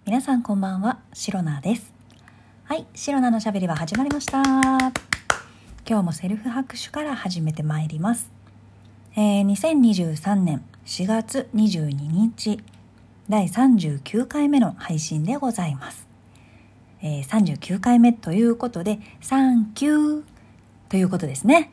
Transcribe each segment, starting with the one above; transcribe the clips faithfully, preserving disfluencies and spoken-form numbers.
皆さんこんばんは、シロナです。はい、シロナのしゃべりは始まりました。今日もセルフ拍手から始めてまいります。えー、にせんにじゅうさんねんしがつにじゅうににちだいさんじゅうきゅうかいめの配信でございます。えー、さんじゅうきゅうかいめということでサンキューということですね。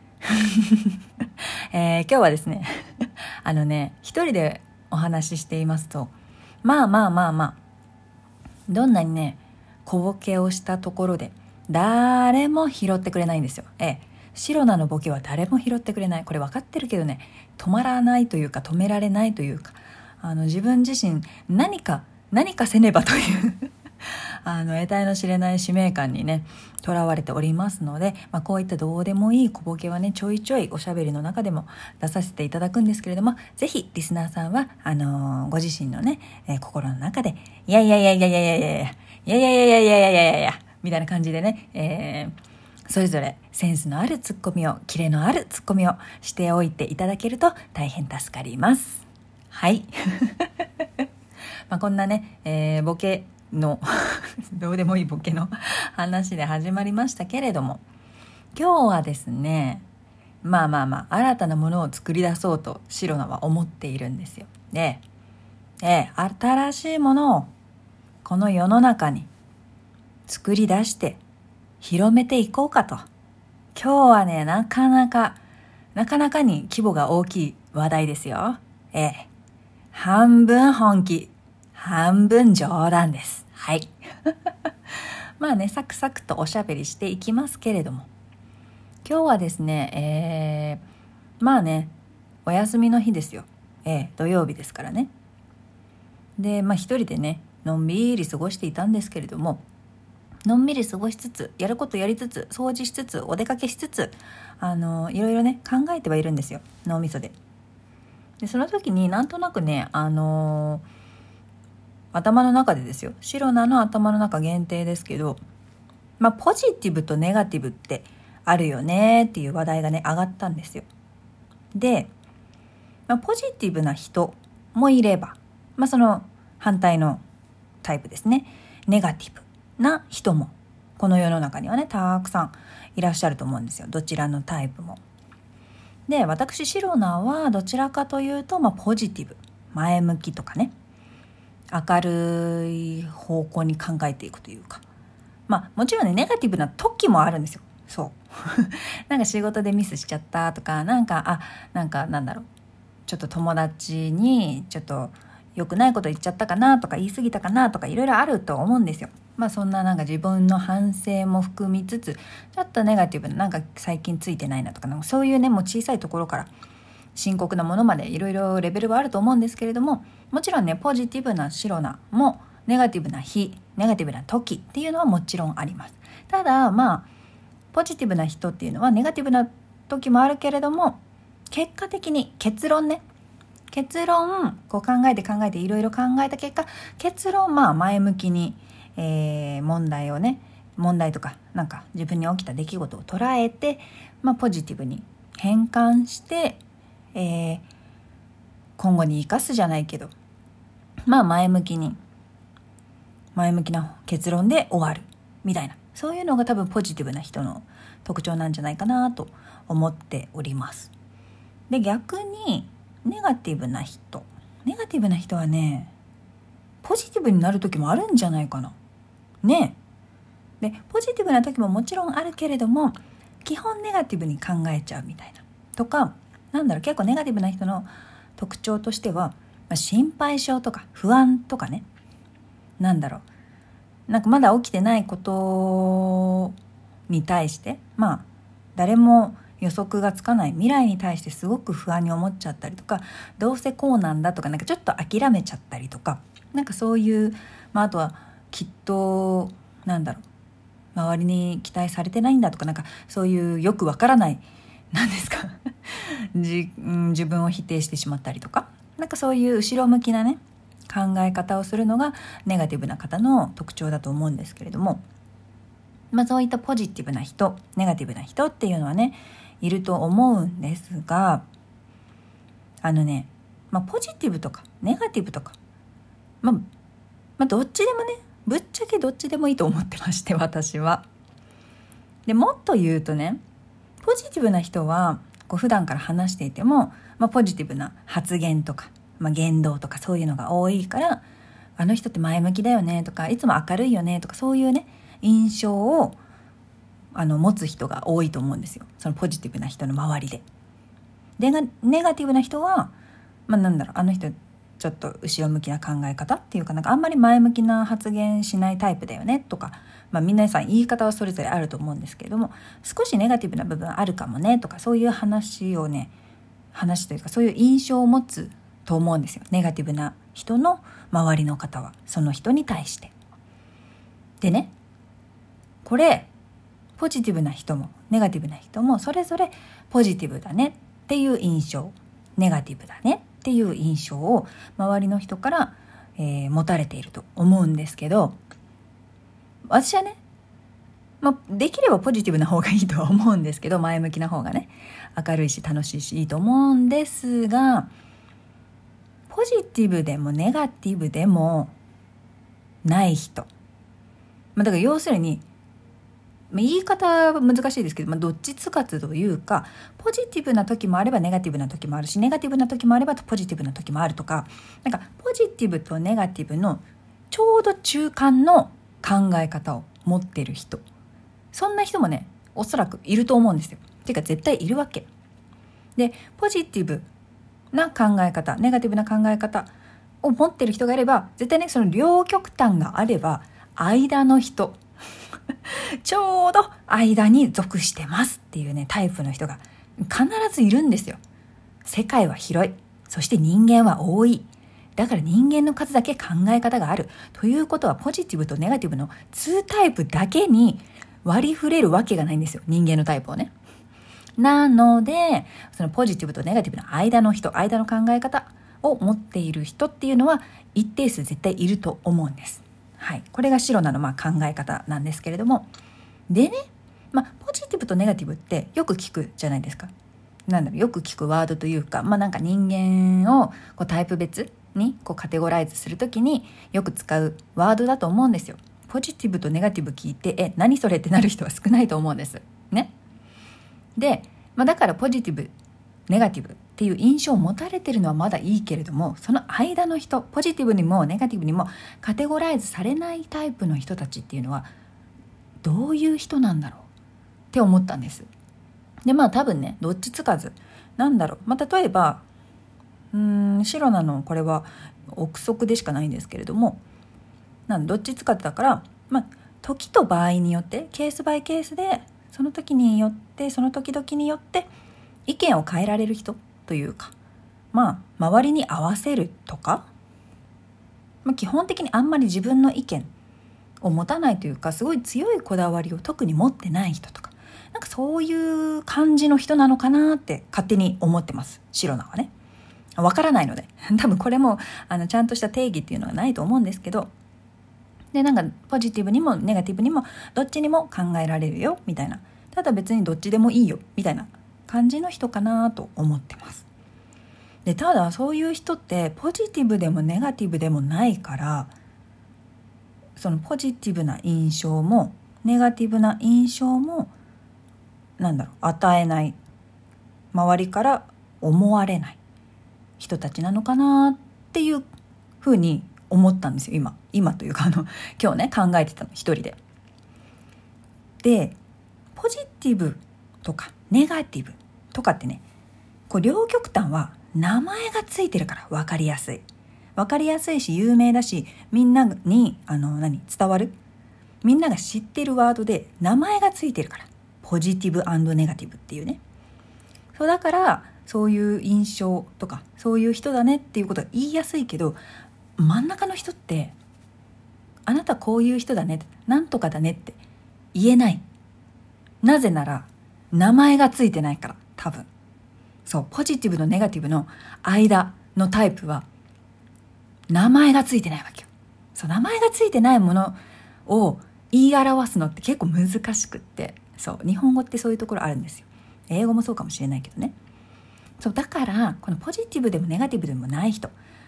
えー、今日はですねあのね一人でお話ししていますとまあまあまあまあどんなにね小ボケをしたところで誰も拾ってくれないんですよ。ええ、シロナのボケは誰も拾ってくれない。これ分かってるけどね、止まらないというか止められないというか、あの自分自身何か何かせねばというあの得体の知れない使命感にねとらわれておりますので、まあ、こういったどうでもいい小ボケはねちょいちょいおしゃべりの中でも出させていただくんですけれども、ぜひリスナーさんはあのー、ご自身のね、えー、心の中でいやいやいやいやいやいやいやいやいやいやいやいやいやいやいやいやみたいな感じでね、えー、それぞれセンスのあるツッコミをキレのあるツッコミをしておいていただけると大変助かります。はいまあこんなね、えー、ボケのどうでもいいボケの話で始まりましたけれども、今日はですねまあまあまあ新たなものを作り出そうとシロナは思っているんですよ。で、えー、新しいものをこの世の中に作り出して広めていこうかと。今日はねなかなかなかなかに規模が大きい話題ですよ。ええ、半分本気半分冗談です。はいまあねサクサクとおしゃべりしていきますけれども、今日はですね、えー、まあねお休みの日ですよ。ええ、土曜日ですからね。でまあ一人でねのんびり過ごしていたんですけれども、のんびり過ごしつつやることやりつつ掃除しつつお出かけしつつあのいろいろね考えてはいるんですよ、脳みそで。でその時になんとなくねあのー頭の中でですよ、シロナの頭の中限定ですけど、まあポジティブとネガティブってあるよねっていう話題がね上がったんですよ。で、まあ、ポジティブな人もいれば、まあその反対のタイプですね、ネガティブな人もこの世の中にはねたくさんいらっしゃると思うんですよ、どちらのタイプも。で私シロナはどちらかというと、まあ、ポジティブ前向きとかね明るい方向に考えていくというか、まあもちろんねネガティブな時もあるんですよ。そうなんか仕事でミスしちゃったとか、なんかあなんかなんだろうちょっと友達にちょっと良くないこと言っちゃったかなとか言い過ぎたかなとかいろいろあると思うんですよ。まあそんななんか自分の反省も含みつつちょっとネガティブななんか最近ついてないなとか、なんかそういうねもう小さいところから深刻なものまでいろいろレベルはあると思うんですけれども、もちろんねポジティブなシロナもネガティブな日ネガティブな時っていうのはもちろんあります。ただまあポジティブな人っていうのはネガティブな時もあるけれども、結果的に結論ね結論こう考えて考えていろいろ考えた結果、結論まあ前向きに、えー、問題をね問題とかなんか自分に起きた出来事を捉えて、まあ、ポジティブに変換してえー、今後に生かすじゃないけど、まあ前向きに前向きな結論で終わるみたいな、そういうのが多分ポジティブな人の特徴なんじゃないかなと思っております。で逆にネガティブな人ネガティブな人はねポジティブになる時もあるんじゃないかなね。でポジティブな時ももちろんあるけれども、基本ネガティブに考えちゃうみたいなとか、なんだろう結構ネガティブな人の特徴としては、まあ、心配性とか不安とかね、なんだろうなんかまだ起きてないことに対してまあ誰も予測がつかない未来に対してすごく不安に思っちゃったりとか、どうせこうなんだとかなんかちょっと諦めちゃったりとか、なんかそういう、まあ、あとはきっとなんだろう周りに期待されてないんだとか、なんかそういうよくわからない何ですか自, 自分を否定してしまったりとか、なんかそういう後ろ向きなね考え方をするのがネガティブな方の特徴だと思うんですけれども、まあそういったポジティブな人ネガティブな人っていうのはねいると思うんですが、あのね、まあ、ポジティブとかネガティブとか、まあまあどっちでもね、ぶっちゃけどっちでもいいと思ってまして、私は。でもっと言うとね、ポジティブな人はこう普段から話していても、まあ、ポジティブな発言とか、まあ、言動とかそういうのが多いから、あの人って前向きだよねとか、いつも明るいよねとか、そういうね印象をあの持つ人が多いと思うんですよ、そのポジティブな人の周りで。でネガティブな人は、まあ、なんだろう、あの人ちょっと後ろ向きな考え方っていうか、なんかあんまり前向きな発言しないタイプだよねとか、まあ、皆さん言い方はそれぞれあると思うんですけれども、少しネガティブな部分あるかもねとか、そういう話をね話というか、そういう印象を持つと思うんですよ、ネガティブな人の周りの方は、その人に対して。でね、これポジティブな人もネガティブな人もそれぞれポジティブだねっていう印象、ネガティブだねっていう印象を周りの人から、えー、持たれていると思うんですけど、私はね、まあ、できればポジティブな方がいいとは思うんですけど、前向きな方がね明るいし楽しいしいいと思うんですが、ポジティブでもネガティブでもない人、まあ、だから要するに言い方は難しいですけど、まあ、どっちつかずというか、ポジティブな時もあればネガティブな時もあるし、ネガティブな時もあればポジティブな時もあるとか、なんかポジティブとネガティブのちょうど中間の考え方を持ってる人、そんな人もねおそらくいると思うんですよ。ていうか絶対いるわけで、ポジティブな考え方、ネガティブな考え方を持ってる人がいれば、絶対ねその両極端があれば、間の人ちょうど間に属してますっていうねタイプの人が必ずいるんですよ。世界は広い、そして人間は多い、だから人間の数だけ考え方があるということは、ポジティブとネガティブのにタイプだけに割り振れるわけがないんですよ、人間のタイプをね。なのでそのポジティブとネガティブの間の人、間の考え方を持っている人っていうのは一定数絶対いると思うんです。はい、これが白菜のまあ考え方なんですけれども、でね、まあ、ポジティブとネガティブってよく聞くじゃないですか。なんだろう、よく聞くワードというか、まあ、なんか人間をこうタイプ別にこうカテゴライズするときによく使うワードだと思うんですよ。ポジティブとネガティブ聞いて、え何それってなる人は少ないと思うんですね。で、まあ、だからポジティブネガティブっていう印象を持たれてるのはまだいいけれども、その間の人、ポジティブにもネガティブにもカテゴライズされないタイプの人たちっていうのはどういう人なんだろうって思ったんです。でまあ多分ねどっちつかずなんだろう、まあ、例えばうーん白なのこれは憶測でしかないんですけれども、なんどっちつかずだから、まあ時と場合によってケースバイケースで、その時によってその時々によって意見を変えられる人というか、まあ周りに合わせるとか、まあ、基本的にあんまり自分の意見を持たないというか、すごい強いこだわりを特に持ってない人とか、なんかそういう感じの人なのかなって勝手に思ってます、白菜はね。わからないので多分これもあのちゃんとした定義っていうのがないと思うんですけど、でなんかポジティブにもネガティブにもどっちにも考えられるよみたいな、ただ別にどっちでもいいよみたいな感じの人かなと思ってます。でただそういう人ってポジティブでもネガティブでもないから、そのポジティブな印象もネガティブな印象もなんだろう与えない、周りから思われない人たちなのかなっていうふうに思ったんですよ、今今というかあの今日ね考えてたの一人で。でポジティブとかネガティブとかってね、こう両極端は名前がついてるから分かりやすい分かりやすいし有名だし、みんなにあの何伝わる、みんなが知ってるワードで名前がついてるから、ポジティブ&ネガティブっていうね。そうだからそういう印象とかそういう人だねっていうことが言いやすいけど、真ん中の人ってあなたこういう人だね、なんとかだねって言えない。なぜなら名前がついてないから。多分そうポジティブとネガティブの間のタイプは名前がついてないわけよ。そう名前がついてないものを言い表すのって結構難しくって、そう日本語ってそういうところあるんですよ。英語もそうかもしれないけどね。そうだからこのポジティブでもネガティブでもない人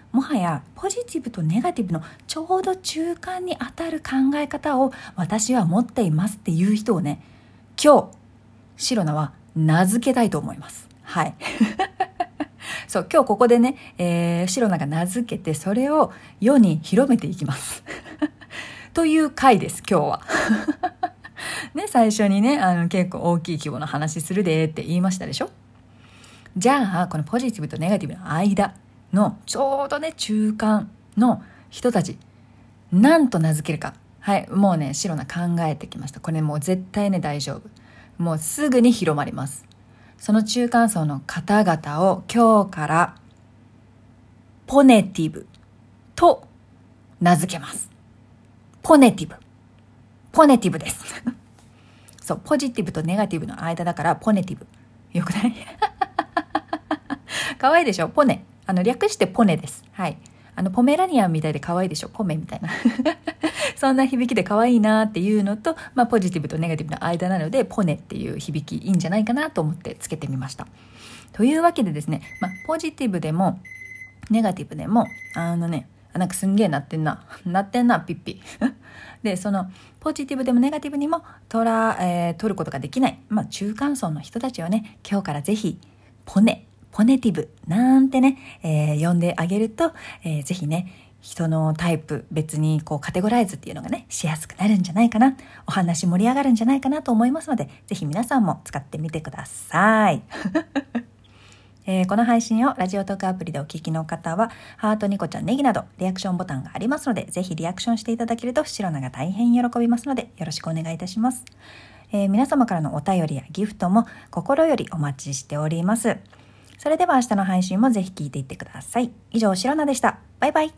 もはやポジティブとネガティブのちょうど中間に当たる考え方を私は持っていますっていう人をね、今日シロナは名付けたいと思います。はいそう今日ここでね、えー、シロナが名付けてそれを世に広めていきますという回です今日はね、最初にねあの結構大きい規模の話するでって言いましたでしょ。じゃあこのポジティブとネガティブの間のちょうどね中間の人たち何と名付けるか。はいもうねシロナ考えてきました。これもう絶対ね大丈夫、もうすぐに広まります。その中間層の方々を今日からポネティブと名付けます。ポネティブポネティブですそうポジティブとネガティブの間だからポネティブ。よくない可愛いでしょ。ポネ、あの略してポネです。はい、あのポメラニアンみたいで可愛いでしょ。ポメみたいなそんな響きで可愛いなっていうのと、まあ、ポジティブとネガティブの間なのでポネっていう響きいいんじゃないかなと思ってつけてみました。というわけでですね、まあ、ポジティブでもネガティブでもあのねなんかすんげえなってんななってんなピッピでそのポジティブでもネガティブにも取ら、えー、取ることができない、まあ、中間層の人たちをね今日からぜひポネポネティブなんてね、えー、呼んであげると、えー、ぜひね人のタイプ別にこうカテゴライズっていうのがねしやすくなるんじゃないかな、お話盛り上がるんじゃないかなと思いますので、ぜひ皆さんも使ってみてくださいえー、この配信をラジオトークアプリでお聞きの方はハート、ニコちゃん、ネギなどリアクションボタンがありますので、ぜひリアクションしていただけるとシロナが大変喜びますのでよろしくお願いいたします。えー、皆様からのお便りやギフトも心よりお待ちしております。それでは明日の配信もぜひ聞いていってください。以上、シロナでした。バイバイ。